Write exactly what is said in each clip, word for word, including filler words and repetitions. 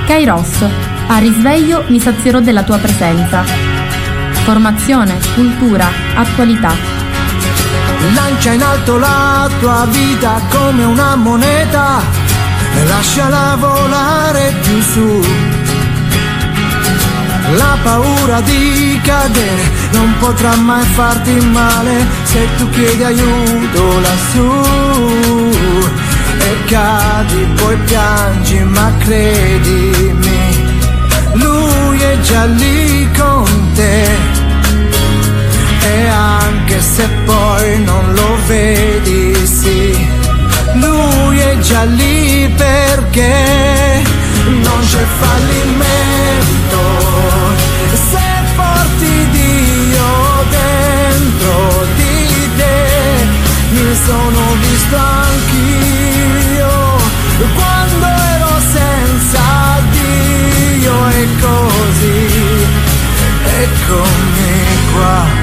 Kairos, a risveglio mi sazierò della tua presenza. Formazione, cultura, attualità. Lancia in alto la tua vita come una moneta e lasciala volare più su. La paura di cadere non potrà mai farti male se tu chiedi aiuto lassù. E cadi, poi piangi, ma credimi, lui è già lì con te. E anche se poi non lo vedi, sì, lui è già lì perché non c'è fallimento se porti Dio dentro di te. Mi sono visto anch'io quando ero senza Dio, e così eccomi qua.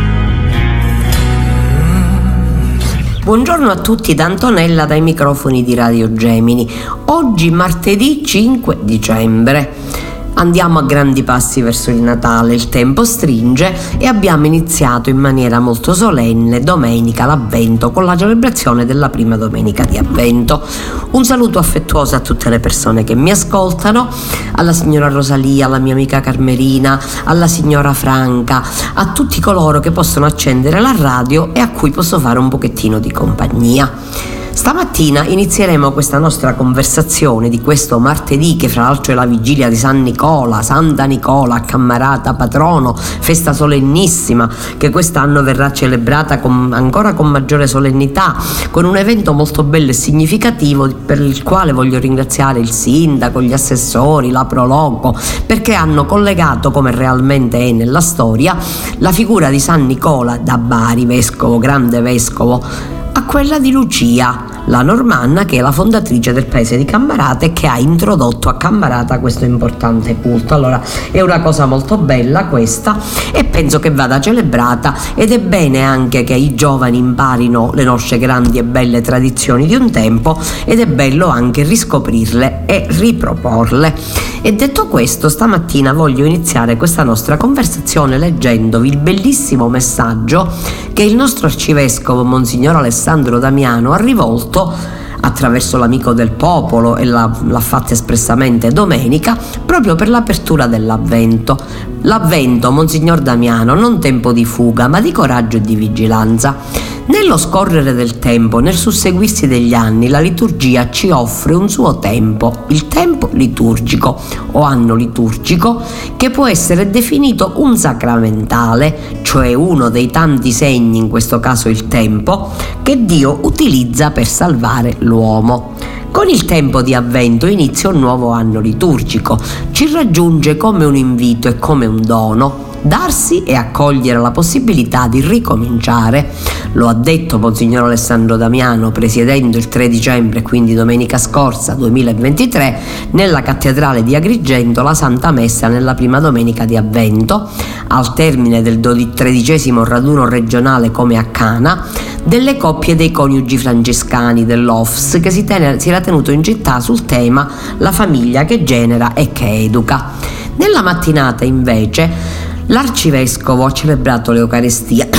Buongiorno a tutti da Antonella dai microfoni di Radio Gemini. Oggi martedì cinque dicembre. Andiamo a grandi passi verso il Natale, il tempo stringe e abbiamo iniziato in maniera molto solenne domenica l'Avvento con la celebrazione della prima domenica di Avvento. Un saluto affettuoso a tutte le persone che mi ascoltano, alla signora Rosalia, alla mia amica Carmelina, alla signora Franca, a tutti coloro che possono accendere la radio e a cui posso fare un pochettino di compagnia. Stamattina inizieremo questa nostra conversazione di questo martedì, che fra l'altro è la vigilia di San Nicola, Santa Nicola, Cammarata, patrono, festa solennissima che quest'anno verrà celebrata con, ancora con maggiore solennità, con un evento molto bello e significativo per il quale voglio ringraziare il sindaco, gli assessori, la Proloco, perché hanno collegato, come realmente è nella storia, la figura di San Nicola da Bari, vescovo, grande vescovo, a quella di Lucia, la normanna, che è la fondatrice del paese di Cammarata e che ha introdotto a Cammarata questo importante culto. Allora è una cosa molto bella questa e penso che vada celebrata, ed è bene anche che i giovani imparino le nostre grandi e belle tradizioni di un tempo, ed è bello anche riscoprirle e riproporle. E detto questo, stamattina voglio iniziare questa nostra conversazione leggendovi il bellissimo messaggio che il nostro arcivescovo Monsignor Alessandro Damiano ha rivolto attraverso l'Amico del Popolo, e l'ha, l'ha fatto espressamente domenica, proprio per l'apertura dell'Avvento. L'Avvento, Monsignor Damiano, non tempo di fuga, ma di coraggio e di vigilanza. Nello scorrere del tempo, nel susseguirsi degli anni, la liturgia ci offre un suo tempo, il tempo liturgico o anno liturgico, che può essere definito un sacramentale, cioè uno dei tanti segni, in questo caso il tempo, che Dio utilizza per salvare l'uomo. Con il tempo di Avvento inizia un nuovo anno liturgico, ci raggiunge come un invito e come un dono. Darsi e accogliere la possibilità di ricominciare. Lo ha detto Monsignor Alessandro Damiano presiedendo il tre dicembre, quindi domenica scorsa duemilaventitré, nella cattedrale di Agrigento la Santa Messa nella prima domenica di Avvento, al termine del tredicesimo raduno regionale come a Cana delle coppie dei coniugi francescani dell'O F S, che si, ten- si era tenuto in città sul tema la famiglia che genera e che educa. Nella mattinata invece l'arcivescovo ha celebrato l'Eucaristia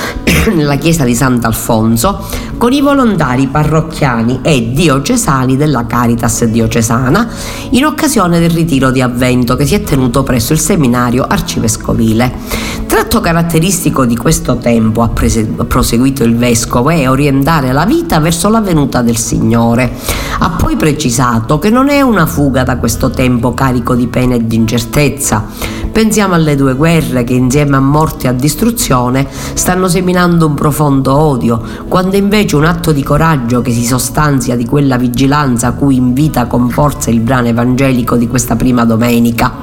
nella chiesa di Sant'Alfonso con i volontari parrocchiani e diocesani della Caritas diocesana in occasione del ritiro di Avvento che si è tenuto presso il seminario arcivescovile. Tratto caratteristico di questo tempo, ha prese- proseguito il vescovo, è orientare la vita verso la venuta del Signore. Ha poi precisato che non è una fuga da questo tempo carico di pena e di incertezza. Pensiamo alle due guerre che insieme a morte e a distruzione stanno seminando un profondo odio, quando invece un atto di coraggio che si sostanzia di quella vigilanza a cui invita con forza il brano evangelico di questa prima domenica.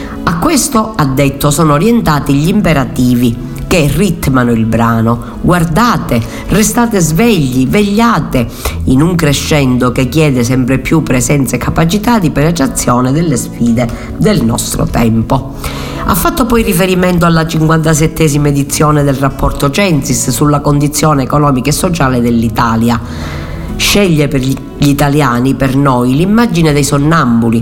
A questo, ha detto, sono orientati gli imperativi che ritmano il brano. Guardate, restate svegli, vegliate, in un crescendo che chiede sempre più presenza e capacità di penetrazione delle sfide del nostro tempo. Ha fatto poi riferimento alla cinquantasettesima edizione del rapporto Censis sulla condizione economica e sociale dell'Italia. Sceglie per gli italiani, per noi, l'immagine dei sonnambuli,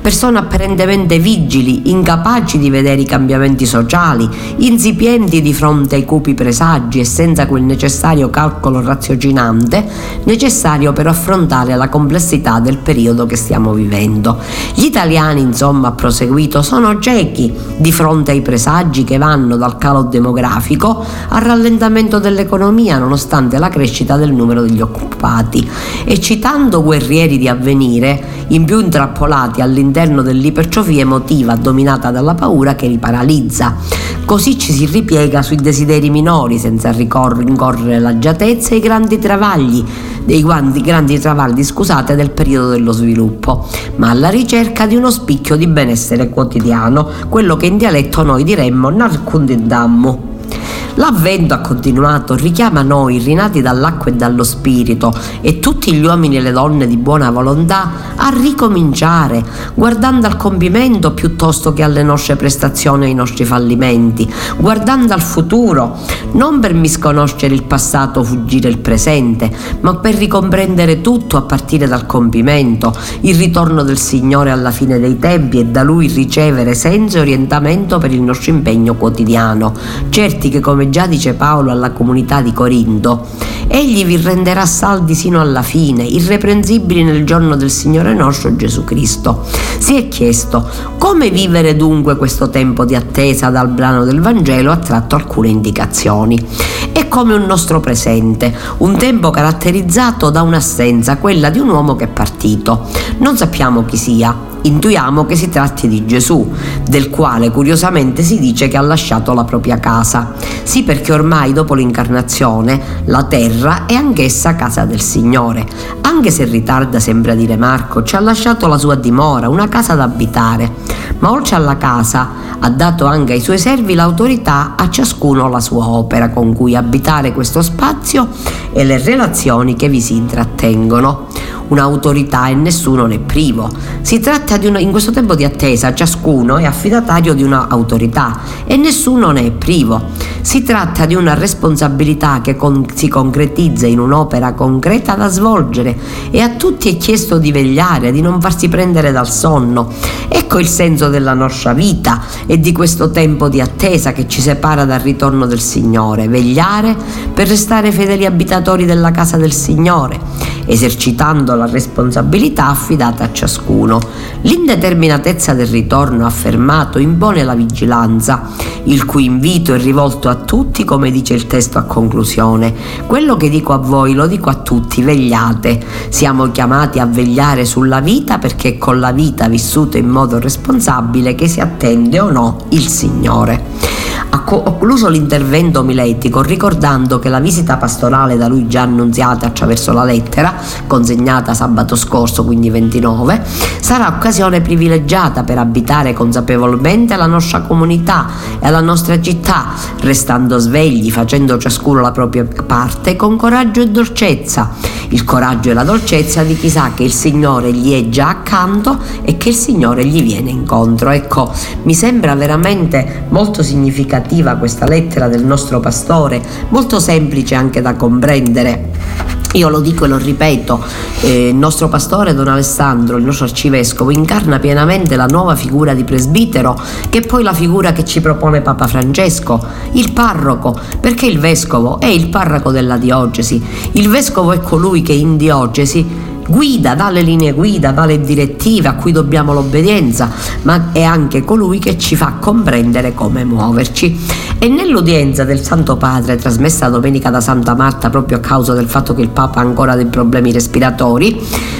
persone apparentemente vigili, incapaci di vedere i cambiamenti sociali, insipienti di fronte ai cupi presagi e senza quel necessario calcolo raziocinante necessario per affrontare la complessità del periodo che stiamo vivendo. Gli italiani, insomma, ha proseguito, sono ciechi di fronte ai presagi che vanno dal calo demografico al rallentamento dell'economia nonostante la crescita del numero degli occupati, e citando guerrieri di Avvenire, in più intrappolati all'interno dell'ipertrofia emotiva dominata dalla paura che li paralizza. Così ci si ripiega sui desideri minori senza rincorrere l'agiatezza e i grandi travagli dei grandi, grandi travalli scusate, del periodo dello sviluppo, ma alla ricerca di uno spicchio di benessere quotidiano, quello che in dialetto noi diremmo narcundindammo. L'avvento, ha continuato, richiama noi, rinati dall'acqua e dallo spirito, e tutti gli uomini e le donne di buona volontà, a ricominciare, guardando al compimento piuttosto che alle nostre prestazioni e ai nostri fallimenti, guardando al futuro, non per misconoscere il passato o fuggire il presente, ma per ricomprendere tutto a partire dal compimento, il ritorno del Signore alla fine dei tempi, e da Lui ricevere senso e orientamento per il nostro impegno quotidiano, certi che, come già dice Paolo alla comunità di Corinto, egli vi renderà saldi sino alla fine, irreprensibili nel giorno del Signore nostro Gesù Cristo. Si è chiesto come vivere dunque questo tempo di attesa. Dal brano del Vangelo ha tratto alcune indicazioni. È come un nostro presente, un tempo caratterizzato da un'assenza, quella di un uomo che è partito. Non sappiamo chi sia. Intuiamo che si tratti di Gesù, del quale curiosamente si dice che ha lasciato la propria casa. Sì, perché ormai dopo l'incarnazione la terra è anch'essa casa del Signore. Anche se ritarda sempre a dire Marco, ci ha lasciato la sua dimora, una casa da abitare. Ma oltre alla casa ha dato anche ai suoi servi l'autorità, a ciascuno la sua opera con cui abitare questo spazio e le relazioni che vi si intrattengono. Un'autorità e nessuno ne è privo. Si tratta di una, in questo tempo di attesa ciascuno è affidatario di una autorità e nessuno ne è privo. Si tratta di una responsabilità che con, si concretizza in un'opera concreta da svolgere, e a tutti è chiesto di vegliare, di non farsi prendere dal sonno. Ecco il senso della nostra vita e di questo tempo di attesa che ci separa dal ritorno del Signore: vegliare per restare fedeli abitatori della casa del Signore, esercitando la responsabilità affidata a ciascuno. L'indeterminatezza del ritorno affermato impone la vigilanza, il cui invito è rivolto a tutti, come dice il testo a conclusione. Quello che dico a voi lo dico a tutti: vegliate. Siamo chiamati a vegliare sulla vita, perché è con la vita vissuta in modo responsabile che si attende o no il Signore. Ho concluso l'intervento omiletico ricordando che la visita pastorale da lui già annunziata attraverso la lettera, consegnata sabato scorso, quindi ventinove, sarà occasione privilegiata per abitare consapevolmente la nostra comunità e la nostra città, restando svegli, facendo ciascuno la propria parte con coraggio e dolcezza. Il coraggio e la dolcezza di chi sa che il Signore gli è già accanto e che il Signore gli viene incontro. Ecco, mi sembra veramente molto significativa questa lettera del nostro pastore, molto semplice anche da comprendere. Io lo dico e lo ripeto, eh, il nostro pastore Don Alessandro, il nostro arcivescovo, incarna pienamente la nuova figura di presbitero, che è poi la figura che ci propone Papa Francesco, il parroco, perché il vescovo è il parroco della diocesi. Il vescovo è colui che in diocesi guida, dà le linee guida, dà le direttive a cui dobbiamo l'obbedienza, ma è anche colui che ci fa comprendere come muoverci. E nell'udienza del Santo Padre, trasmessa domenica da Santa Marta proprio a causa del fatto che il Papa ha ancora dei problemi respiratori,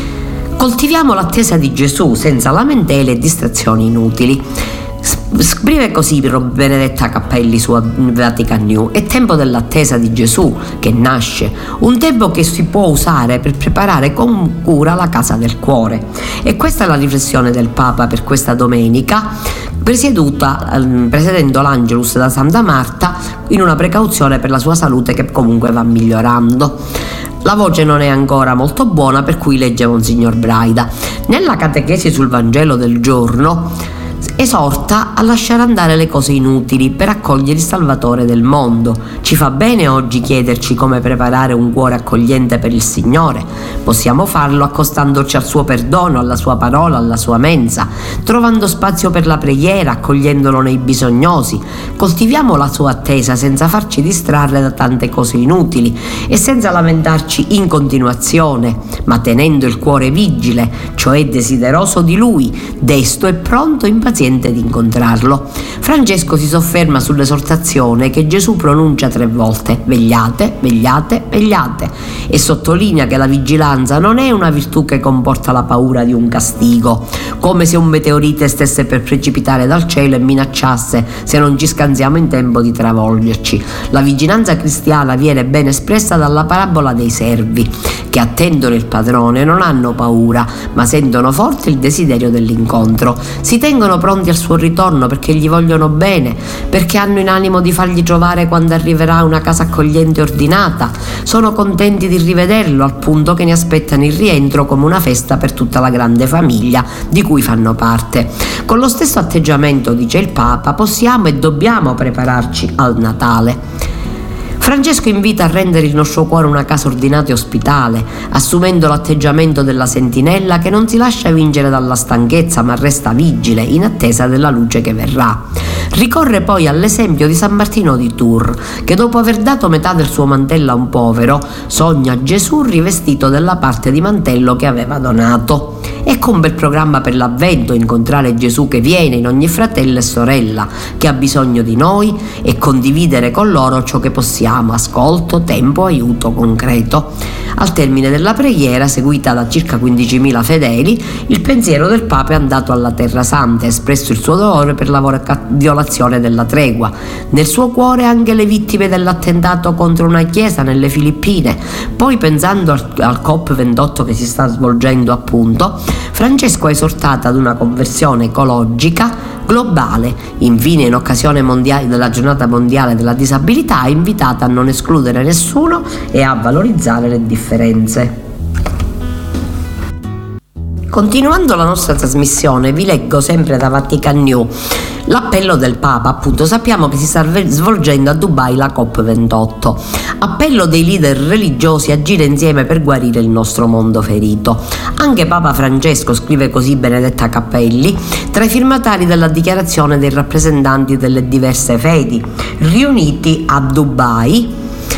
coltiviamo l'attesa di Gesù senza lamentele e distrazioni inutili. Scrive così Benedetta Cappelli su Vatican News: è tempo dell'attesa di Gesù che nasce, un tempo che si può usare per preparare con cura la casa del cuore. E questa è la riflessione del Papa per questa domenica, presieduta, presiedendo l'Angelus da Santa Marta, in una precauzione per la sua salute che comunque va migliorando. La voce non è ancora molto buona, per cui legge Monsignor Braida. Nella catechesi sul Vangelo del giorno Esorta a lasciare andare le cose inutili per accogliere il Salvatore del mondo. Ci fa bene oggi chiederci come preparare un cuore accogliente per il Signore. Possiamo farlo accostandoci al suo perdono, alla sua parola, alla sua mensa, trovando spazio per la preghiera, accogliendolo nei bisognosi. Coltiviamo la sua attesa senza farci distrarre da tante cose inutili e senza lamentarci in continuazione, ma tenendo il cuore vigile, cioè desideroso di Lui, desto e pronto, impaziente di incontrarlo. Francesco si sofferma sull'esortazione che Gesù pronuncia tre volte: vegliate, vegliate, vegliate, e sottolinea che la vigilanza non è una virtù che comporta la paura di un castigo, come se un meteorite stesse per precipitare dal cielo e minacciasse, se non ci scansiamo in tempo, di travolgerci. La vigilanza cristiana viene ben espressa dalla parabola dei servi, che attendono il padrone, non hanno paura, ma sentono forte il desiderio dell'incontro. Si tengono pronti al suo ritorno perché gli vogliono bene, perché hanno in animo di fargli trovare quando arriverà una casa accogliente e ordinata. Sono contenti di rivederlo, al punto che ne aspettano il rientro come una festa per tutta la grande famiglia di cui fanno parte. Con lo stesso atteggiamento, dice il Papa, possiamo e dobbiamo prepararci al Natale. Francesco invita a rendere il nostro cuore una casa ordinata e ospitale, assumendo l'atteggiamento della sentinella che non si lascia vincere dalla stanchezza ma resta vigile in attesa della luce che verrà. Ricorre poi all'esempio di San Martino di Tours, che dopo aver dato metà del suo mantello a un povero, sogna Gesù rivestito della parte di mantello che aveva donato. Ecco un bel programma per l'Avvento: incontrare Gesù che viene in ogni fratello e sorella che ha bisogno di noi e condividere con loro ciò che possiamo: ascolto, tempo, aiuto concreto. Al termine della preghiera, seguita da circa quindicimila fedeli, il pensiero del Papa è andato alla Terra Santa e ha espresso il suo dolore per la violazione della tregua. Nel suo cuore anche le vittime dell'attentato contro una chiesa nelle Filippine. Poi, pensando al, al COP ventotto che si sta svolgendo appunto, Francesco ha esortato ad una conversione ecologica globale. Infine, in occasione mondiale della giornata mondiale della disabilità, è invitata a non escludere nessuno e a valorizzare le differenze. Continuando la nostra trasmissione, vi leggo sempre da Vatican News l'appello del Papa. Appunto, sappiamo che si sta svolgendo a Dubai la COP ventotto. Appello dei leader religiosi a agire insieme per guarire il nostro mondo ferito. Anche Papa Francesco, scrive così Benedetta Cappelli, tra i firmatari della dichiarazione dei rappresentanti delle diverse fedi riuniti a Dubai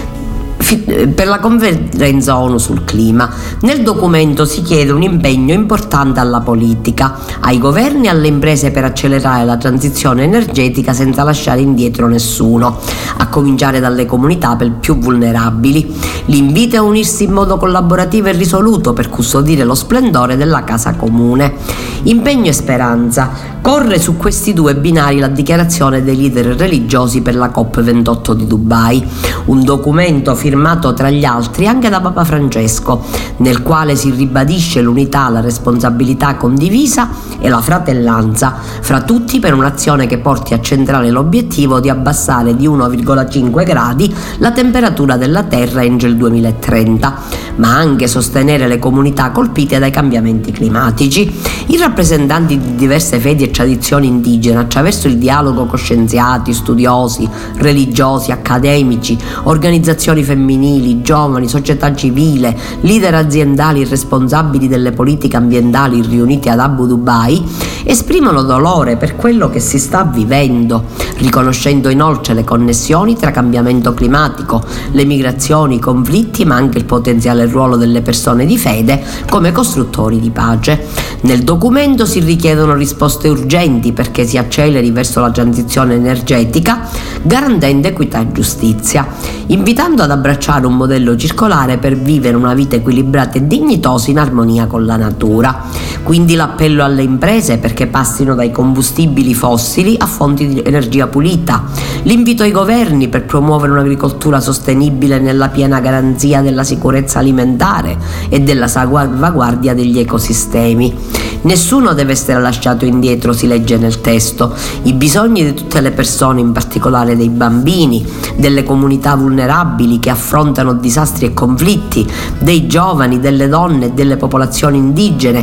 per la conferenza ONU sul clima. Nel documento si chiede un impegno importante alla politica, ai governi e alle imprese per accelerare la transizione energetica senza lasciare indietro nessuno, a cominciare dalle comunità più vulnerabili. L'invito è a unirsi in modo collaborativo e risoluto per custodire lo splendore della casa comune. Impegno e speranza. Corre su questi due binari la dichiarazione dei leader religiosi per la COP ventotto di Dubai, un documento firmato tra gli altri anche da Papa Francesco, nel quale si ribadisce l'unità, la responsabilità condivisa e la fratellanza fra tutti per un'azione che porti a centrare l'obiettivo di abbassare di uno virgola cinque gradi la temperatura della Terra entro il duemilatrenta, ma anche sostenere le comunità colpite dai cambiamenti climatici. I rappresentanti di diverse fedi e tradizioni indigene, attraverso il dialogo con scienziati, studiosi, religiosi, accademici, organizzazioni femminili, giovani, società civile, leader aziendali e responsabili delle politiche ambientali riuniti ad Abu Dhabi, esprimono dolore per quello che si sta vivendo, riconoscendo inoltre le connessioni tra cambiamento climatico, le migrazioni, i conflitti, ma anche il potenziale ruolo delle persone di fede come costruttori di pace. Nel documento si richiedono risposte urgenti perché si acceleri verso la transizione energetica, garantendo equità e giustizia, invitando ad abbracciare un modello circolare per vivere una vita equilibrata e dignitosa in armonia con la natura. Quindi l'appello alle imprese perché passino dai combustibili fossili a fonti di energia pulita, l'invito ai governi per promuovere un'agricoltura sostenibile nella piena garanzia della sicurezza alimentare e della salvaguardia degli ecosistemi. Nessuno deve essere lasciato indietro, si legge nel testo. I bisogni di tutte le persone, in particolare dei bambini, delle comunità vulnerabili che affrontano disastri e conflitti, dei giovani, delle donne e delle popolazioni indigene,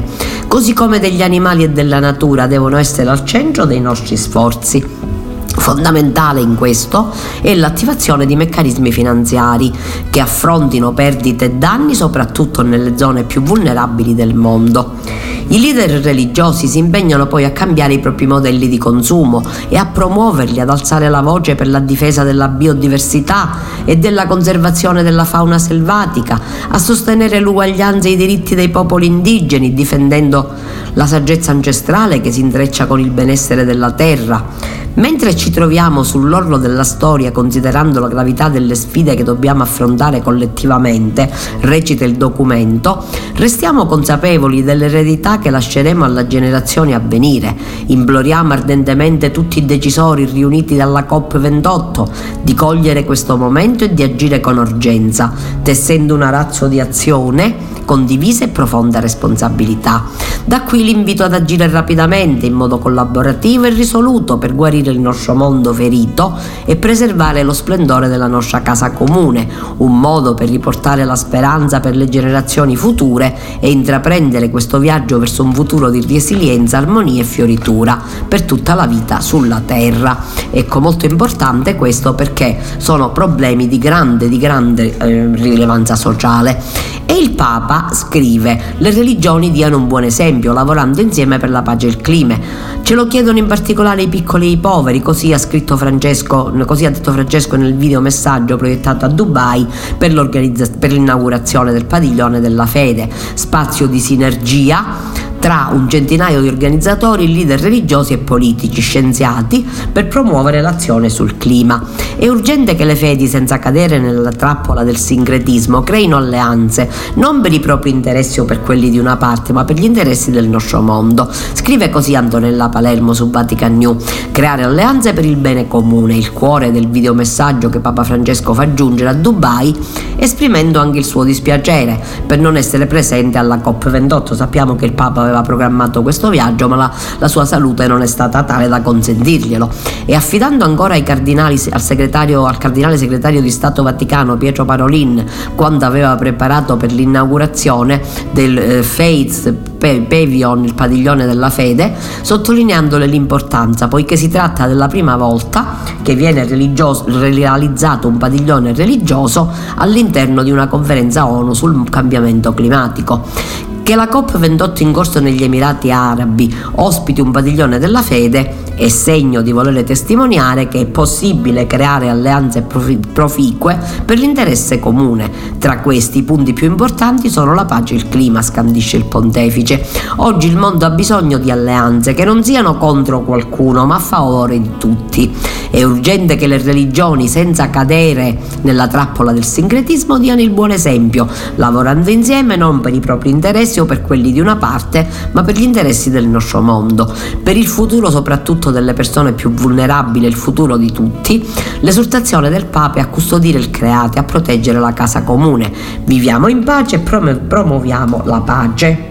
così come degli animali e della natura devono essere al centro dei nostri sforzi. Fondamentale in questo è l'attivazione di meccanismi finanziari che affrontino perdite e danni soprattutto nelle zone più vulnerabili del mondo. I leader religiosi si impegnano poi a cambiare i propri modelli di consumo e a promuoverli, ad alzare la voce per la difesa della biodiversità e della conservazione della fauna selvatica, a sostenere l'uguaglianza e i diritti dei popoli indigeni, difendendo la saggezza ancestrale che si intreccia con il benessere della terra. Mentre ci troviamo sull'orlo della storia, considerando la gravità delle sfide che dobbiamo affrontare collettivamente, recita il documento, restiamo consapevoli dell'eredità che lasceremo alle generazioni a venire. Imploriamo ardentemente tutti i decisori riuniti dalla COP ventotto di cogliere questo momento e di agire con urgenza, tessendo una razzo di azione condivisa e profonda responsabilità. Da qui l'invito ad agire rapidamente, in modo collaborativo e risoluto, per guarire il nostro mondo ferito e preservare lo splendore della nostra casa comune, un modo per riportare la speranza per le generazioni future e intraprendere questo viaggio verso un futuro di resilienza, armonia e fioritura per tutta la vita sulla terra. Ecco, molto importante questo, perché sono problemi di grande, di grande eh, rilevanza sociale. E il Papa scrive: le religioni diano un buon esempio, lavorando insieme per la pace e il clima. Ce lo chiedono in particolare i piccoli e i poveri, così ha scritto Francesco, così ha detto Francesco nel videomessaggio proiettato a Dubai per, per l'inaugurazione del padiglione della fede, spazio di sinergia tra un centinaio di organizzatori, leader religiosi e politici, scienziati, per promuovere l'azione sul clima. È urgente che le fedi, senza cadere nella trappola del sincretismo, creino alleanze, non per i propri interessi o per quelli di una parte, ma per gli interessi del nostro mondo. Scrive così Antonella Palermo su Vatican News: creare alleanze per il bene comune, il cuore del videomessaggio che Papa Francesco fa giungere a Dubai, esprimendo anche il suo dispiacere per non essere presente alla COP ventotto. Sappiamo che il Papa aveva programmato questo viaggio, ma la, la sua salute non è stata tale da consentirglielo, e affidando ancora ai cardinali, al segretario, al cardinale segretario di Stato Vaticano Pietro Parolin, quando aveva preparato per l'inaugurazione del eh, Faith Pavilion, il padiglione della fede, sottolineandole l'importanza, poiché si tratta della prima volta che viene realizzato un padiglione religioso all'interno di una conferenza ONU sul cambiamento climatico. Che la COP ventotto in corso negli Emirati Arabi ospiti un padiglione della fede è segno di voler testimoniare che è possibile creare alleanze proficue per l'interesse comune. Tra questi i punti più importanti sono la pace e il clima, scandisce il pontefice. Oggi il mondo ha bisogno di alleanze che non siano contro qualcuno, ma a favore di tutti. È urgente che le religioni, senza cadere nella trappola del sincretismo, diano il buon esempio, lavorando insieme non per i propri interessi o per quelli di una parte, ma per gli interessi del nostro mondo, per il futuro soprattutto delle persone più vulnerabili, il futuro di tutti. L'esortazione del Papa è a custodire il creato e a proteggere la casa comune. Viviamo in pace e promuoviamo la pace.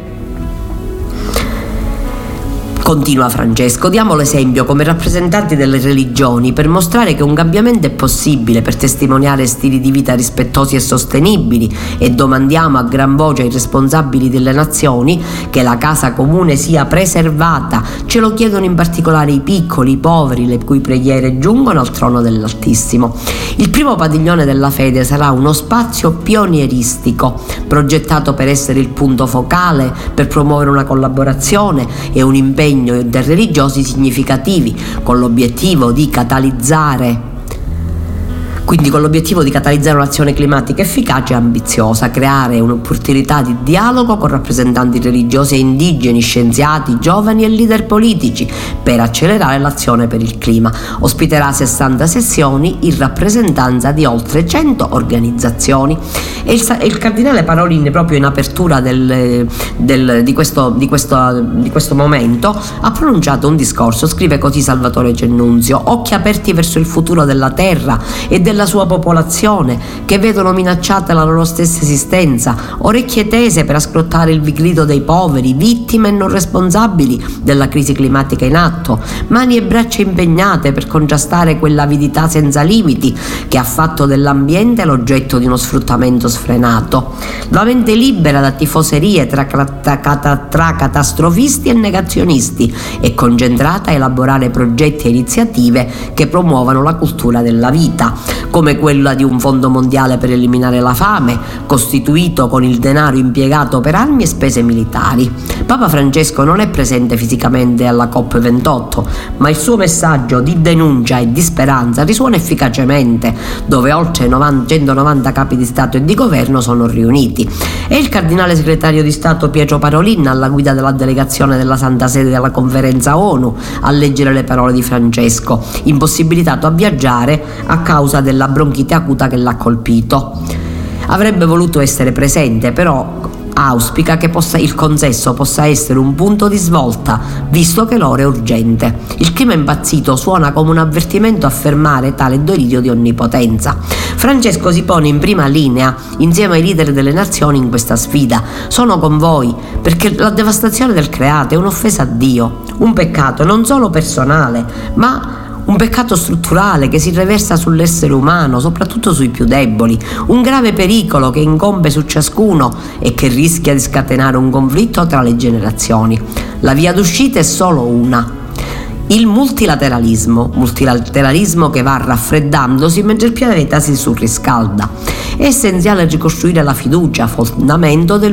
Continua Francesco: diamo l'esempio come rappresentanti delle religioni per mostrare che un cambiamento è possibile, per testimoniare stili di vita rispettosi e sostenibili, e domandiamo a gran voce ai responsabili delle nazioni che la casa comune sia preservata. Ce lo chiedono in particolare i piccoli, i poveri, le cui preghiere giungono al trono dell'Altissimo. Il primo padiglione della fede sarà uno spazio pionieristico, progettato per essere il punto focale, per promuovere una collaborazione e un impegno dei religiosi significativi, con l'obiettivo di catalizzare Quindi con l'obiettivo di catalizzare un'azione climatica efficace e ambiziosa, creare un'opportunità di dialogo con rappresentanti religiosi e indigeni, scienziati, giovani e leader politici per accelerare l'azione per il clima. Ospiterà sessanta sessioni in rappresentanza di oltre cento organizzazioni. E il, il cardinale Parolin, proprio in apertura del, del, di, questo, di, questo, di questo momento, ha pronunciato un discorso. Scrive così Salvatore Cennunzio: occhi aperti verso il futuro della terra e della della sua popolazione, che vedono minacciata la loro stessa esistenza, orecchie tese per ascoltare il grido dei poveri, vittime e non responsabili della crisi climatica in atto, mani e braccia impegnate per contrastare quell'avidità senza limiti che ha fatto dell'ambiente l'oggetto di uno sfruttamento sfrenato, la mente libera da tifoserie tra, tra, tra catastrofisti e negazionisti e concentrata a elaborare progetti e iniziative che promuovano la cultura della vita, come quella di un fondo mondiale per eliminare la fame, costituito con il denaro impiegato per armi e spese militari. Papa Francesco non è presente fisicamente alla COP ventotto, ma il suo messaggio di denuncia e di speranza risuona efficacemente, dove oltre centonovanta capi di Stato e di Governo sono riuniti. È il cardinale segretario di Stato Pietro Parolin, alla guida della delegazione della Santa Sede della conferenza ONU, a leggere le parole di Francesco, impossibilitato a viaggiare a causa della bronchite acuta che l'ha colpito. Avrebbe voluto essere presente, però auspica che possa, il consesso possa essere un punto di svolta, visto che l'ora è urgente. Il clima impazzito suona come un avvertimento a fermare tale delirio di onnipotenza. Francesco si pone in prima linea insieme ai leader delle nazioni in questa sfida. Sono con voi, perché la devastazione del creato è un'offesa a Dio, un peccato non solo personale, ma un peccato strutturale che si riversa sull'essere umano, soprattutto sui più deboli, un grave pericolo che incombe su ciascuno e che rischia di scatenare un conflitto tra le generazioni. La via d'uscita è solo una: il multilateralismo, multilateralismo che va raffreddandosi mentre il pianeta si surriscalda. È essenziale ricostruire la fiducia, fondamento del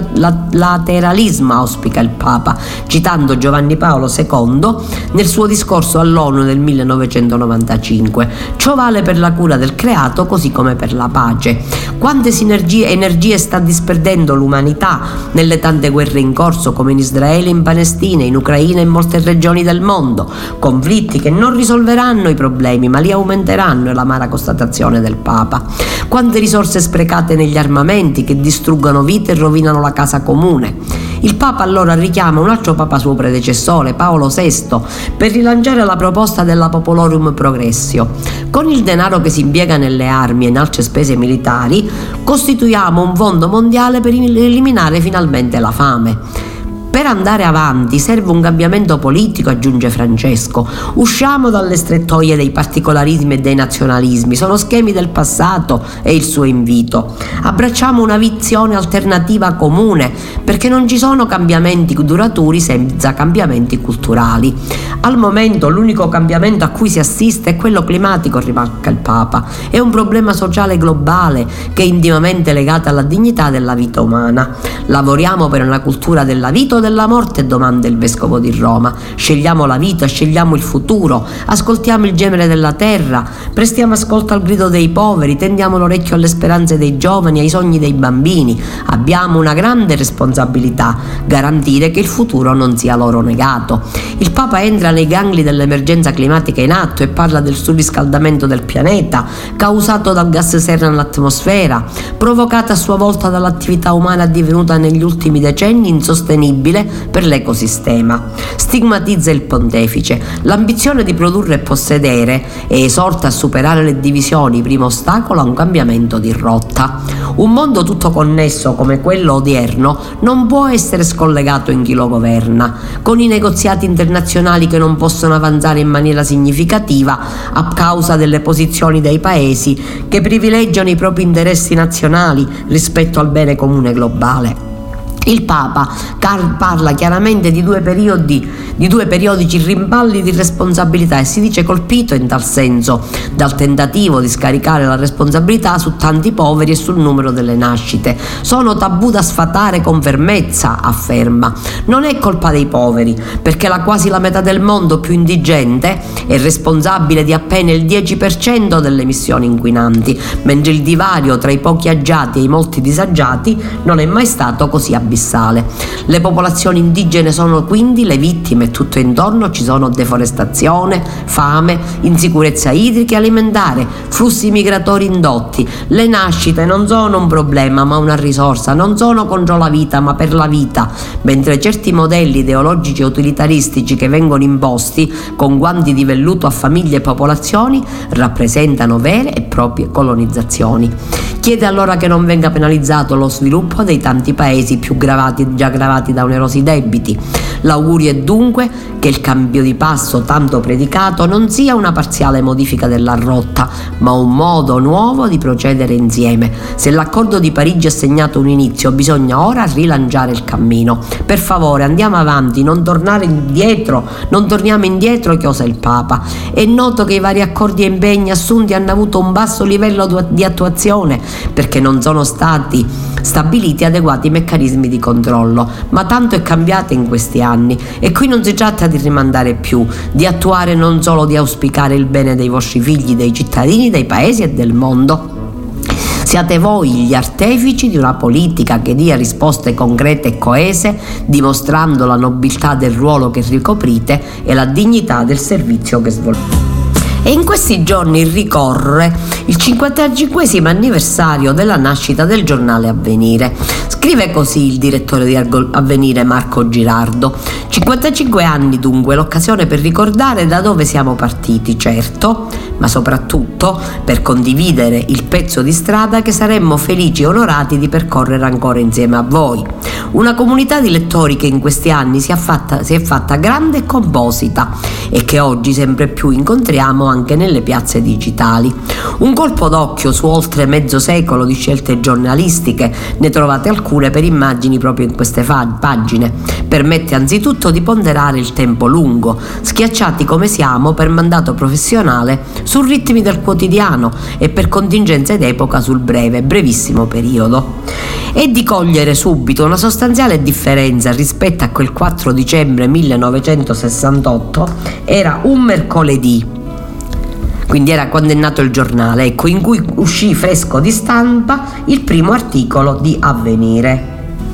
multilateralismo, auspica il Papa, citando Giovanni Paolo secondo nel suo discorso all'ONU del millenovecentonovantacinque. Ciò vale per la cura del creato così come per la pace. Quante sinergie e energie sta disperdendo l'umanità nelle tante guerre in corso, come in Israele, in Palestina, in Ucraina e in molte regioni del mondo. Conflitti che non risolveranno i problemi, ma li aumenteranno, è l'amara constatazione del Papa. Quante risorse sprecate negli armamenti che distruggono vite e rovinano la casa comune. Il Papa allora richiama un altro Papa suo predecessore, Paolo sesto, per rilanciare la proposta della Popolorum Progressio. Con il denaro che si impiega nelle armi e in altre spese militari, costituiamo un fondo mondiale per eliminare finalmente la fame. Per andare avanti serve un cambiamento politico, aggiunge Francesco. Usciamo dalle strettoie dei particolarismi e dei nazionalismi, sono schemi del passato, è il suo invito. Abbracciamo una visione alternativa comune, perché non ci sono cambiamenti duraturi senza cambiamenti culturali. Al momento l'unico cambiamento a cui si assiste è quello climatico, rimarca il Papa. È un problema sociale globale che è intimamente legato alla dignità della vita umana. Lavoriamo per una cultura della vita o della morte, domanda il Vescovo di Roma. Scegliamo la vita, scegliamo il futuro, ascoltiamo il gemere della terra, prestiamo ascolto al grido dei poveri, tendiamo l'orecchio alle speranze dei giovani, ai sogni dei bambini. Abbiamo una grande responsabilità: garantire che il futuro non sia loro negato. Il Papa entra nei gangli dell'emergenza climatica in atto e parla del surriscaldamento del pianeta, causato dal gas serra nell'atmosfera, provocata a sua volta dall'attività umana divenuta negli ultimi decenni insostenibile per l'ecosistema. Stigmatizza il pontefice l'ambizione di produrre e possedere e esorta a superare le divisioni, primo ostacolo a un cambiamento di rotta. Un mondo tutto connesso come quello odierno non può essere scollegato in chi lo governa, con i negoziati internazionali che non possono avanzare in maniera significativa a causa delle posizioni dei paesi che privilegiano i propri interessi nazionali rispetto al bene comune globale. Il Papa parla chiaramente di due periodi, di due periodici rimpalli di responsabilità e si dice colpito in tal senso dal tentativo di scaricare la responsabilità su tanti poveri e sul numero delle nascite. Sono tabù da sfatare con fermezza, afferma. Non è colpa dei poveri, perché la quasi la metà del mondo più indigente è responsabile di appena il dieci per cento delle emissioni inquinanti, mentre il divario tra i pochi agiati e i molti disagiati non è mai stato così abbastanza. abissale. Le popolazioni indigene sono quindi le vittime e tutto intorno ci sono deforestazione, fame, insicurezza idrica e alimentare, flussi migratori indotti. Le nascite non sono un problema ma una risorsa, non sono contro la vita ma per la vita, mentre certi modelli ideologici e utilitaristici che vengono imposti con guanti di velluto a famiglie e popolazioni rappresentano vere e proprie colonizzazioni. Chiede allora che non venga penalizzato lo sviluppo dei tanti paesi più gravati, già gravati da onerosi debiti. L'augurio è dunque che il cambio di passo tanto predicato non sia una parziale modifica della rotta, ma un modo nuovo di procedere insieme. Se l'accordo di Parigi ha segnato un inizio, bisogna ora rilanciare il cammino. Per favore, andiamo avanti, non tornare indietro, non torniamo indietro, chiosa il Papa. È noto che i vari accordi e impegni assunti hanno avuto un basso livello di attuazione perché non sono stati stabiliti adeguati meccanismi di controllo, ma tanto è cambiato in questi anni e qui non si tratta di rimandare più, di attuare, non solo di auspicare il bene dei vostri figli, dei cittadini, dei paesi e del mondo. Siate voi gli artefici di una politica che dia risposte concrete e coese, dimostrando la nobiltà del ruolo che ricoprite e la dignità del servizio che svolgete. E in questi giorni ricorre il cinquantacinquesimo anniversario della nascita del giornale Avvenire. Scrive così il direttore di Avvenire Marco Girardo. cinquantacinque anni dunque, l'occasione per ricordare da dove siamo partiti, certo, ma soprattutto per condividere il pezzo di strada che saremmo felici e onorati di percorrere ancora insieme a voi. Una comunità di lettori che in questi anni si è fatta, si è fatta grande e composita e che oggi sempre più incontriamo anche nelle piazze digitali. Un colpo d'occhio su oltre mezzo secolo di scelte giornalistiche, ne trovate alcune per immagini proprio in queste fa- pagine. Permette anzitutto di ponderare il tempo lungo, schiacciati come siamo per mandato professionale su ritmi del quotidiano e per contingenze d'epoca sul breve, brevissimo periodo. E di cogliere subito una sostanziale differenza rispetto a quel quattro dicembre millenovecentosessantotto, era un mercoledì, quindi era quando è nato il giornale, ecco, in cui uscì fresco di stampa il primo articolo di Avvenire.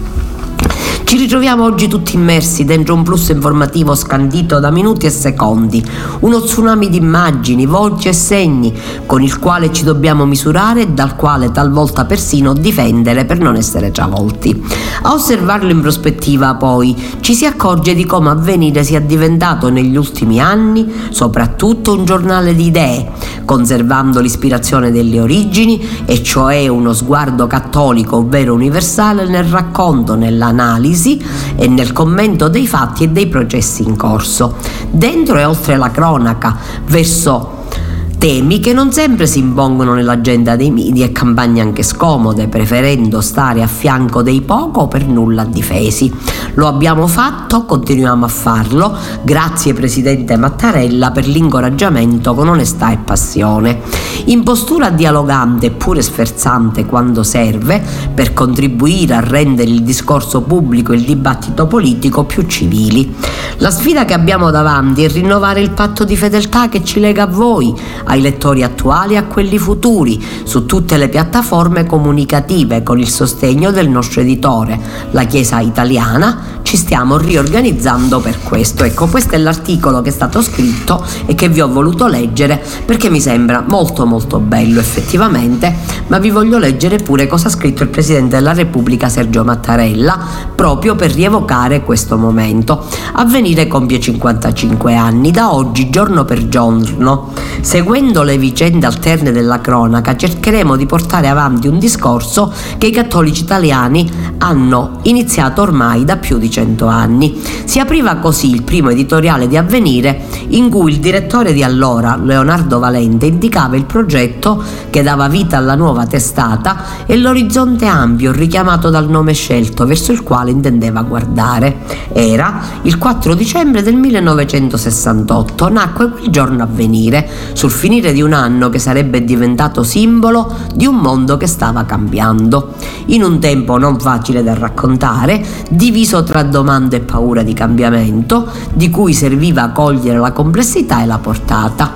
Ci ritroviamo oggi tutti immersi dentro un flusso informativo scandito da minuti e secondi, uno tsunami di immagini, voci e segni con il quale ci dobbiamo misurare e dal quale talvolta persino difendere per non essere travolti. A osservarlo in prospettiva poi ci si accorge di come Avvenire sia diventato negli ultimi anni soprattutto un giornale di idee, conservando l'ispirazione delle origini, e cioè uno sguardo cattolico ovvero universale nel racconto, nell'analisi e nel commento dei fatti e dei processi in corso, dentro e oltre la cronaca, verso temi che non sempre si impongono nell'agenda dei media e campagne anche scomode, preferendo stare a fianco dei poco o per nulla difesi. Lo abbiamo fatto, continuiamo a farlo, grazie Presidente Mattarella per l'incoraggiamento con onestà e passione. In postura dialogante eppure sferzante quando serve, per contribuire a rendere il discorso pubblico e il dibattito politico più civili. La sfida che abbiamo davanti è rinnovare il patto di fedeltà che ci lega a voi, ai lettori attuali e a quelli futuri, su tutte le piattaforme comunicative con il sostegno del nostro editore, la Chiesa Italiana. Ci stiamo riorganizzando per questo. Ecco, questo è l'articolo che è stato scritto e che vi ho voluto leggere perché mi sembra molto molto bello effettivamente, ma vi voglio leggere pure cosa ha scritto il Presidente della Repubblica Sergio Mattarella proprio per rievocare questo momento. Avvenire compie cinquantacinque anni, da oggi giorno per giorno, seguendo le vicende alterne della cronaca, cercheremo di portare avanti un discorso che i cattolici italiani hanno iniziato ormai da più di cento anni. Si apriva così il primo editoriale di Avvenire, in cui il direttore di allora, Leonardo Valente, indicava il progetto che dava vita alla nuova testata e l'orizzonte ampio richiamato dal nome scelto verso il quale intendeva guardare. Era il quattro dicembre del millenovecentosessantotto, nacque quel giorno Avvenire, sul finire di un anno che sarebbe diventato simbolo di un mondo che stava cambiando. In un tempo non facile da raccontare, diviso tra domande e paura di cambiamento, di cui serviva cogliere la complessità e la portata.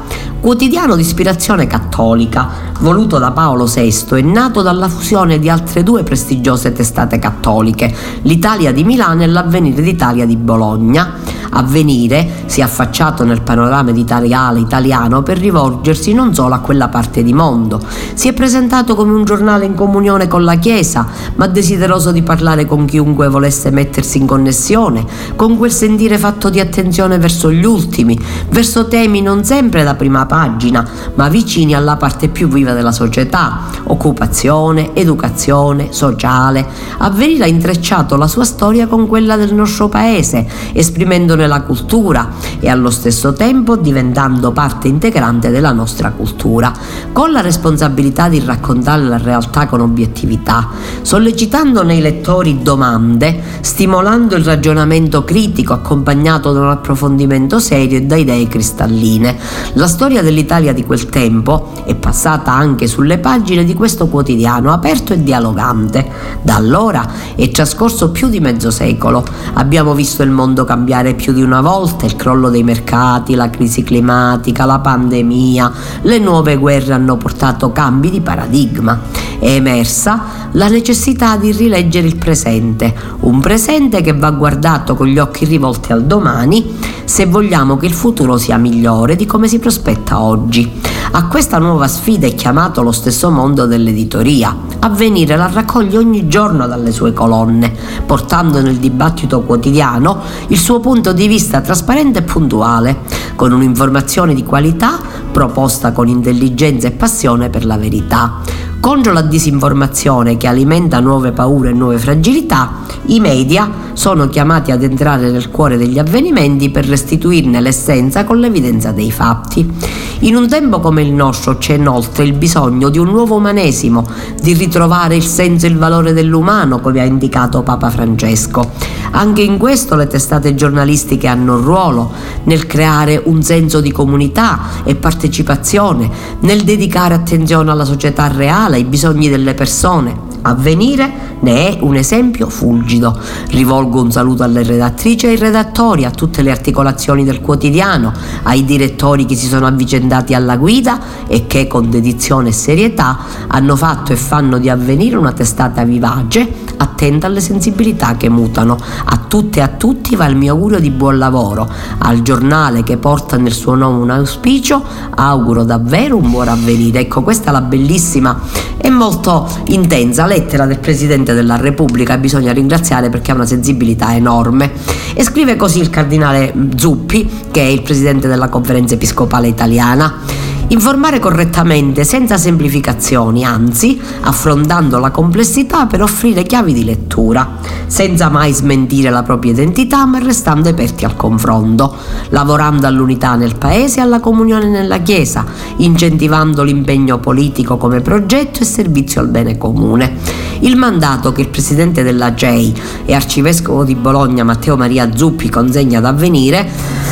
quotidiano di ispirazione cattolica, voluto da Paolo sesto e nato dalla fusione di altre due prestigiose testate cattoliche, l'Italia di Milano e l'Avvenire d'Italia di Bologna. Avvenire si è affacciato nel panorama editoriale italiano per rivolgersi non solo a quella parte di mondo. Si è presentato come un giornale in comunione con la Chiesa, ma desideroso di parlare con chiunque volesse mettersi in connessione, con quel sentire fatto di attenzione verso gli ultimi, verso temi non sempre da prima pagina, ma vicini alla parte più viva della società: occupazione, educazione, sociale. Avvenire ha intrecciato la sua storia con quella del nostro paese, esprimendone la cultura e allo stesso tempo diventando parte integrante della nostra cultura, con la responsabilità di raccontare la realtà con obiettività, sollecitando nei lettori domande, stimolando il ragionamento critico accompagnato da un approfondimento serio e da idee cristalline. La storia dell'Italia di quel tempo è passata anche sulle pagine di questo quotidiano aperto e dialogante. Da allora è trascorso più di mezzo secolo. Abbiamo visto il mondo cambiare più di una volta: il crollo dei mercati, la crisi climatica, la pandemia, le nuove guerre hanno portato cambi di paradigma. È emersa la necessità di rileggere il presente, un presente che va guardato con gli occhi rivolti al domani se vogliamo che il futuro sia migliore di come si prospetta oggi. A questa nuova sfida è chiamato lo stesso mondo dell'editoria. Avvenire la raccoglie ogni giorno dalle sue colonne, portando nel dibattito quotidiano il suo punto di vista trasparente e puntuale, con un'informazione di qualità proposta con intelligenza e passione per la verità. Contro la disinformazione che alimenta nuove paure e nuove fragilità, i media sono chiamati ad entrare nel cuore degli avvenimenti per restituirne l'essenza con l'evidenza dei fatti. In un tempo come il nostro c'è inoltre il bisogno di un nuovo umanesimo, di ritrovare il senso e il valore dell'umano, come ha indicato Papa Francesco. Anche in questo le testate giornalistiche hanno un ruolo, nel creare un senso di comunità e partecipazione, nel dedicare attenzione alla società reale, ai bisogni delle persone. Avvenire ne è un esempio fulgido. Rivolgo un saluto alle redattrici e ai redattori, a tutte le articolazioni del quotidiano, ai direttori che si sono avvicendati alla guida e che con dedizione e serietà hanno fatto e fanno di Avvenire una testata vivace, attenta alle sensibilità che mutano. A tutte e a tutti va il mio augurio di buon lavoro. Al giornale che porta nel suo nome un auspicio auguro davvero un buon avvenire. Ecco, questa è la bellissima e molto intensa lettera del Presidente della Repubblica. Bisogna ringraziare perché ha una sensibilità enorme. E scrive così il cardinale Zuppi, che è il Presidente della Conferenza Episcopale Italiana: informare correttamente, senza semplificazioni, anzi affrontando la complessità per offrire chiavi di lettura, senza mai smentire la propria identità ma restando aperti al confronto, lavorando all'unità nel Paese e alla comunione nella Chiesa, incentivando l'impegno politico come progetto e servizio al bene comune. Il mandato che il Presidente della G E I e Arcivescovo di Bologna Matteo Maria Zuppi consegna ad Avvenire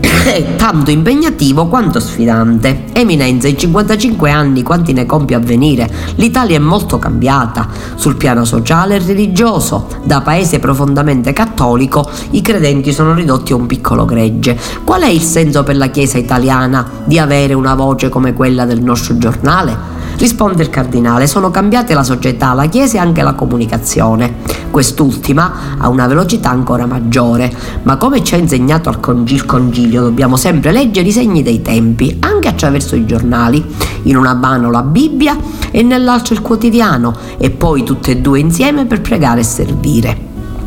è tanto impegnativo quanto sfidante. Eminenza, in cinquantacinque anni quanti ne compie Avvenire? L'Italia è molto cambiata sul piano sociale e religioso. Da paese profondamente cattolico i credenti sono ridotti a un piccolo gregge. Qual è il senso per la Chiesa italiana di avere una voce come quella del nostro giornale? Risponde il cardinale: sono cambiate la società, la Chiesa e anche la comunicazione. Quest'ultima ha una velocità ancora maggiore, ma come ci ha insegnato il concilio dobbiamo sempre leggere i segni dei tempi, anche attraverso i giornali, in una mano la Bibbia e nell'altro il quotidiano, e poi tutte e due insieme per pregare e servire.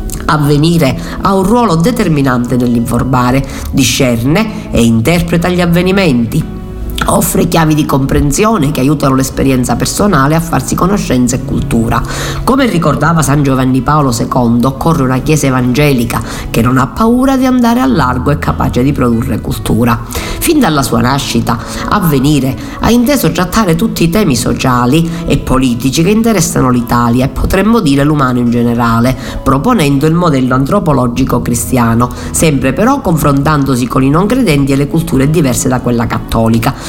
Avvenire ha un ruolo determinante nell'informare, discerne e interpreta gli avvenimenti. Offre chiavi di comprensione che aiutano l'esperienza personale a farsi conoscenza e cultura. Come ricordava San Giovanni Paolo secondo, occorre una Chiesa evangelica che non ha paura di andare al largo e capace di produrre cultura. Fin dalla sua nascita, Avvenire ha inteso trattare tutti i temi sociali e politici che interessano l'Italia e potremmo dire l'umano in generale, proponendo il modello antropologico cristiano, sempre però confrontandosi con i non credenti e le culture diverse da quella cattolica.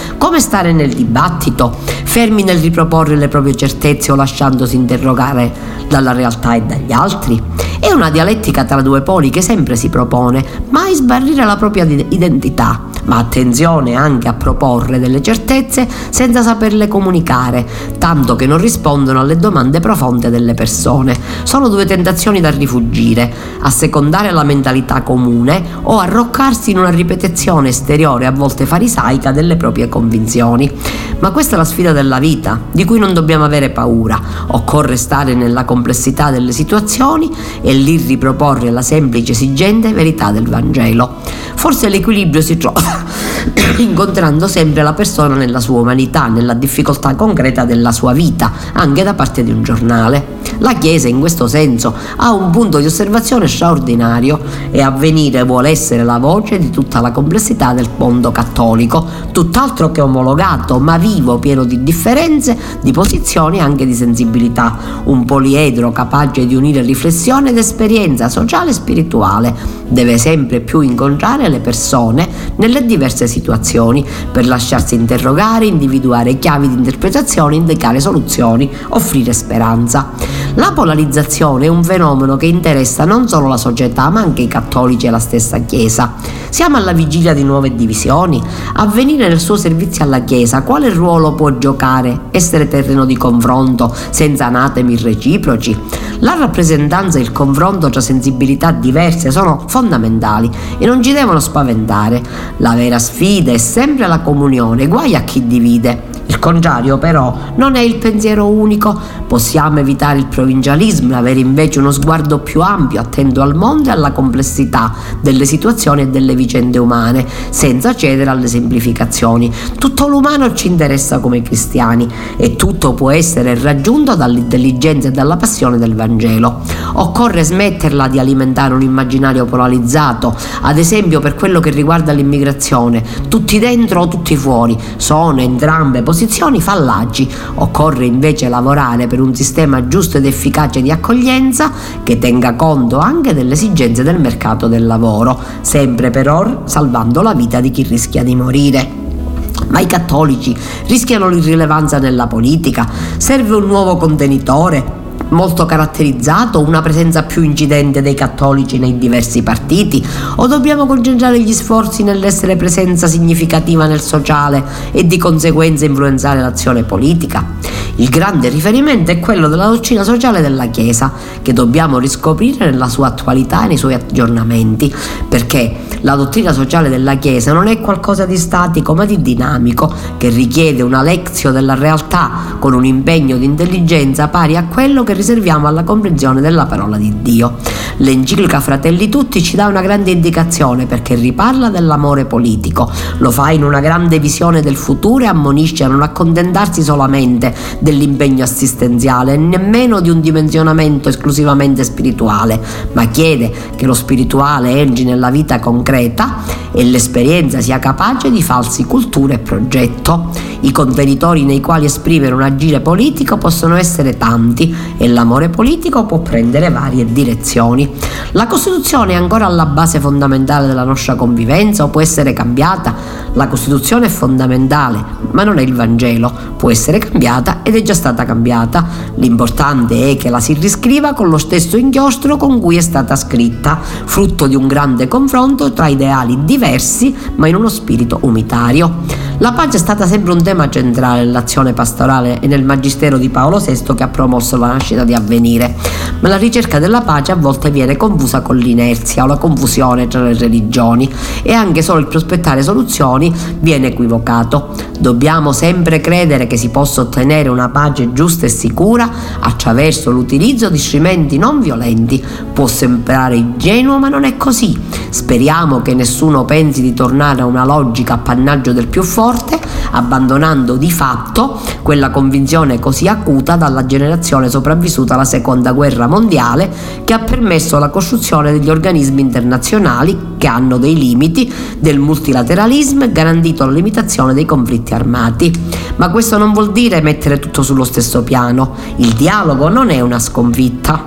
come stare nel dibattito, fermi nel riproporre le proprie certezze o lasciandosi interrogare dalla realtà e dagli altri. È una dialettica tra due poli che sempre si propone, mai sbarrire la propria identità, ma attenzione anche a proporre delle certezze senza saperle comunicare, tanto che non rispondono alle domande profonde delle persone. Sono due tentazioni da rifuggire: assecondare la mentalità comune o arroccarsi in una ripetizione esteriore, a volte farisaica, delle proprie convinzioni. Ma questa è la sfida della vita, di cui non dobbiamo avere paura. Occorre stare nella complessità delle situazioni e lì riproporre la semplice, esigente verità del Vangelo. Forse l'equilibrio si trova incontrando sempre la persona nella sua umanità, nella difficoltà concreta della sua vita, anche da parte di un giornale. La Chiesa in questo senso ha un punto di osservazione straordinario e Avvenire vuole essere la voce di tutta la complessità del mondo cattolico, tutt'altro che omologato, ma vivo, pieno di differenze, di posizioni e anche di sensibilità, un poliedro capace di unire riflessione ed esperienza sociale e spirituale. Deve sempre più incontrare le persone nelle diverse situazioni per lasciarsi interrogare, individuare chiavi di interpretazione, indicare soluzioni, offrire speranza. La polarizzazione è un fenomeno che interessa non solo la società ma anche i cattolici e la stessa Chiesa. Siamo alla vigilia di nuove divisioni. Avvenire nel suo servizio alla Chiesa quale ruolo può giocare? Essere terreno di confronto senza anatemi reciproci? La rappresentanza e il confronto tra sensibilità diverse sono fondamentali e non ci devono spaventare. La vera sfida è sempre la comunione, guai a chi divide. Il contrario però non è il pensiero unico. Possiamo evitare il provincialismo e avere invece uno sguardo più ampio, attento al mondo e alla complessità delle situazioni e delle vicende umane, senza cedere alle semplificazioni. Tutto l'umano ci interessa come cristiani e tutto può essere raggiunto dall'intelligenza e dalla passione del Vangelo. Occorre smetterla di alimentare un immaginario polarizzato, ad esempio per quello che riguarda l'immigrazione, tutti dentro o tutti fuori. Sono entrambe posizioni fallaggi. Occorre invece lavorare per un sistema giusto ed efficace di accoglienza che tenga conto anche delle esigenze del mercato del lavoro, sempre però salvando la vita di chi rischia di morire. Ma i cattolici rischiano l'irrilevanza nella politica? Serve un nuovo contenitore molto caratterizzato, una presenza più incidente dei cattolici nei diversi partiti, o dobbiamo concentrare gli sforzi nell'essere presenza significativa nel sociale e di conseguenza influenzare l'azione politica? Il grande riferimento è quello della dottrina sociale della Chiesa, che dobbiamo riscoprire nella sua attualità e nei suoi aggiornamenti, perché la dottrina sociale della Chiesa non è qualcosa di statico ma di dinamico, che richiede una lezio della realtà con un impegno di intelligenza pari a quello che riserviamo alla comprensione della parola di Dio. L'enciclica Fratelli Tutti ci dà una grande indicazione perché riparla dell'amore politico, lo fa in una grande visione del futuro e ammonisce a non accontentarsi solamente dell'impegno assistenziale e nemmeno di un dimensionamento esclusivamente spirituale, ma chiede che lo spirituale entri nella vita concreta e l'esperienza sia capace di farsi cultura e progetto. I contenitori nei quali esprimere un agire politico possono essere tanti e l'amore politico può prendere varie direzioni. La Costituzione è ancora alla base fondamentale della nostra convivenza o può essere cambiata? La Costituzione è fondamentale, ma non è il Vangelo. Può essere cambiata ed è già stata cambiata. L'importante è che la si riscriva con lo stesso inchiostro con cui è stata scritta, frutto di un grande confronto tra ideali diversi, ma in uno spirito unitario. La pace è stata sempre un tema centrale nell'azione pastorale e nel magistero di Paolo sesto, che ha promosso la nascita di Avvenire, ma la ricerca della pace a volte viene confusa con l'inerzia o la confusione tra le religioni e anche solo il prospettare soluzioni viene equivocato. Dobbiamo sempre credere che si possa ottenere una pace giusta e sicura attraverso l'utilizzo di strumenti non violenti. Può sembrare ingenuo, ma non è così. Speriamo che nessuno pensi di tornare a una logica appannaggio del più forte, abbandonando di fatto quella convinzione così acuta dalla generazione sopravvissuta alla seconda guerra mondiale, che ha permesso la costruzione degli organismi internazionali che hanno dei limiti, del multilateralismo e garantito la limitazione dei conflitti armati. Ma questo non vuol dire mettere tutto sullo stesso piano. Il dialogo non è una sconfitta.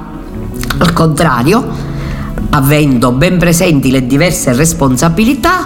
Al contrario, avendo ben presenti le diverse responsabilità,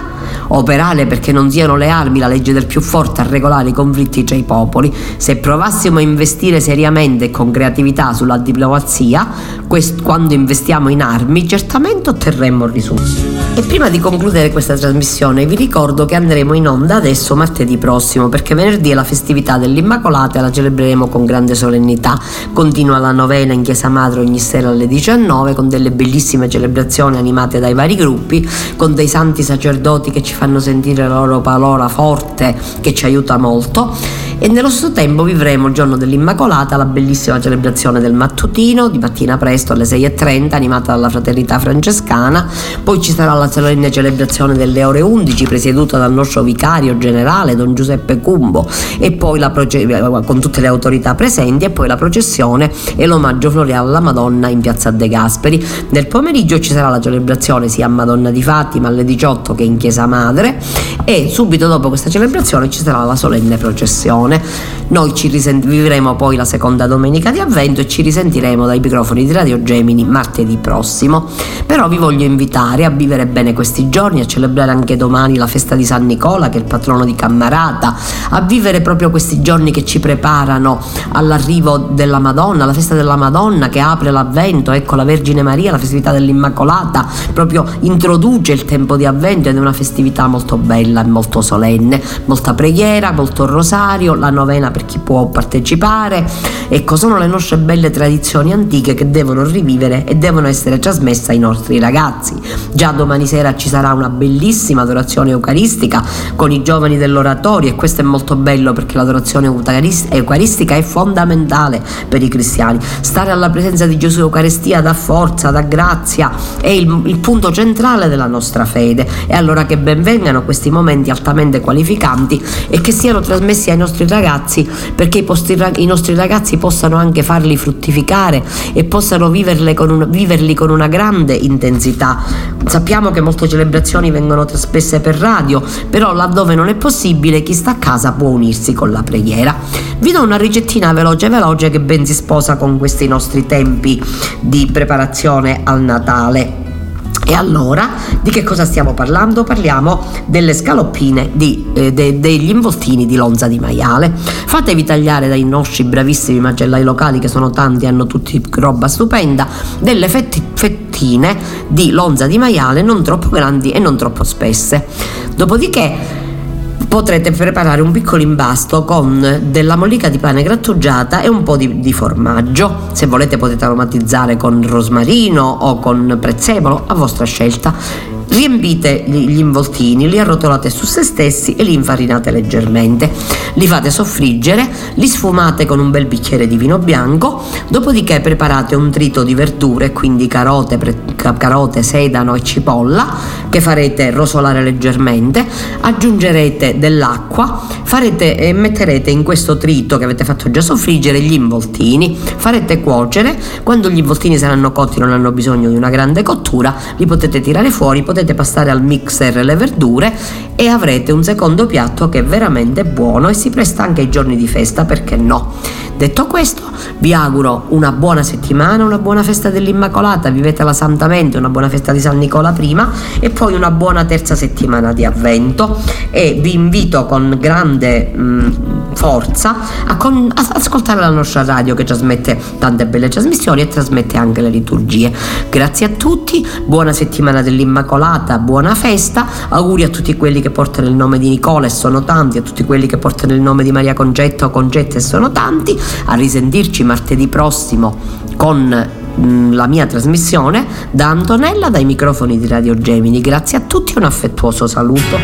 operare perché non siano le armi, la legge del più forte, a regolare i conflitti tra i popoli. Se provassimo a investire seriamente e con creatività sulla diplomazia, quest- quando investiamo in armi, certamente otterremmo risultati. E prima di concludere questa trasmissione vi ricordo che andremo in onda adesso martedì prossimo, perché venerdì è la festività dell'Immacolata e la celebreremo con grande solennità. Continua la novena in Chiesa Madre ogni sera alle diciannove, con delle bellissime celebrazioni animate dai vari gruppi, con dei santi sacerdoti che ci fanno sentire la loro parola forte, che ci aiuta molto. E nello stesso tempo vivremo il giorno dell'Immacolata, la bellissima celebrazione del mattutino di mattina presto alle sei e trenta, animata dalla Fraternità Francescana. Poi ci sarà la solenne celebrazione delle ore undici, presieduta dal nostro vicario generale Don Giuseppe Cumbo, e poi la proce- con tutte le autorità presenti, e poi la processione e l'omaggio floreale alla Madonna in piazza De Gasperi. Nel pomeriggio ci sarà la celebrazione sia a Madonna di Fatima alle diciotto che in Chiesa Madre, e subito dopo questa celebrazione ci sarà la solenne processione. Noi ci risent- vivremo poi la seconda domenica di Avvento e ci risentiremo dai microfoni di Radio Gemini martedì prossimo. Però vi voglio invitare a vivere bene questi giorni, a celebrare anche domani la festa di San Nicola, che è il patrono di Cammarata, a vivere proprio questi giorni che ci preparano all'arrivo della Madonna, la festa della Madonna che apre l'Avvento. Ecco, la Vergine Maria, la festività dell'Immacolata, proprio introduce il tempo di Avvento ed è una festività molto bella e molto solenne, molta preghiera, molto rosario, la novena per chi può partecipare. Ecco, sono le nostre belle tradizioni antiche che devono rivivere e devono essere trasmesse ai nostri ragazzi. Già domani sera ci sarà una bellissima adorazione eucaristica con i giovani dell'oratorio, e questo è molto bello perché l'adorazione eucaristica è fondamentale per i cristiani. Stare alla presenza di Gesù Eucaristia dà forza, dà grazia, è il, il punto centrale della nostra fede. E allora che ben vengano questi momenti altamente qualificanti e che siano trasmessi ai nostri ragazzi, perché i, posti, i nostri ragazzi possano anche farli fruttificare e possano viverle con un, viverli con una grande intensità. Sappiamo che molte celebrazioni vengono trasmesse per radio, però laddove non è possibile chi sta a casa può unirsi con la preghiera. Vi do una ricettina veloce veloce che ben si sposa con questi nostri tempi di preparazione al Natale. E allora, di che cosa stiamo parlando? Parliamo delle scaloppine di, eh, de, degli involtini di lonza di maiale. Fatevi tagliare dai nostri bravissimi macellai locali, che sono tanti, hanno tutti roba stupenda, delle fetti, fettine di lonza di maiale non troppo grandi e non troppo spesse. Dopodiché potrete preparare un piccolo impasto con della mollica di pane grattugiata e un po' di, di formaggio. Se volete potete aromatizzare con rosmarino o con prezzemolo, a vostra scelta. Riempite gli involtini, li arrotolate su se stessi e li infarinate leggermente. Li fate soffriggere, li sfumate con un bel bicchiere di vino bianco, dopodiché preparate un trito di verdure, quindi carote, pre- carote, sedano e cipolla, che farete rosolare leggermente. Aggiungerete dell'acqua, farete e metterete in questo trito che avete fatto già soffriggere gli involtini, farete cuocere. Quando gli involtini saranno cotti, non hanno bisogno di una grande cottura, li potete tirare fuori, potete passare al mixer le verdure e avrete un secondo piatto che è veramente buono e si presta anche ai giorni di festa, perché no? Detto questo, vi auguro una buona settimana, una buona festa dell'Immacolata, vivetela santamente, una buona festa di San Nicola prima e poi una buona terza settimana di Avvento, e vi invito con grande mh, forza a, con, a ascoltare la nostra radio, che trasmette tante belle trasmissioni e trasmette anche le liturgie. Grazie a tutti, buona settimana dell'Immacolata, buona festa, auguri a tutti quelli che portano il nome di Nicola e sono tanti, a tutti quelli che portano il nome di Maria Concetta o Concetta e sono tanti. A risentirci martedì prossimo con mh, la mia trasmissione da Antonella dai microfoni di Radio Gemini. Grazie a tutti e un affettuoso saluto.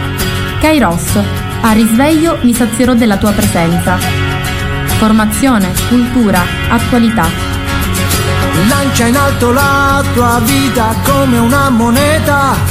Kairos, a risveglio mi sazierò della tua presenza. Formazione, cultura, attualità. Lancia in alto la tua vita come una moneta.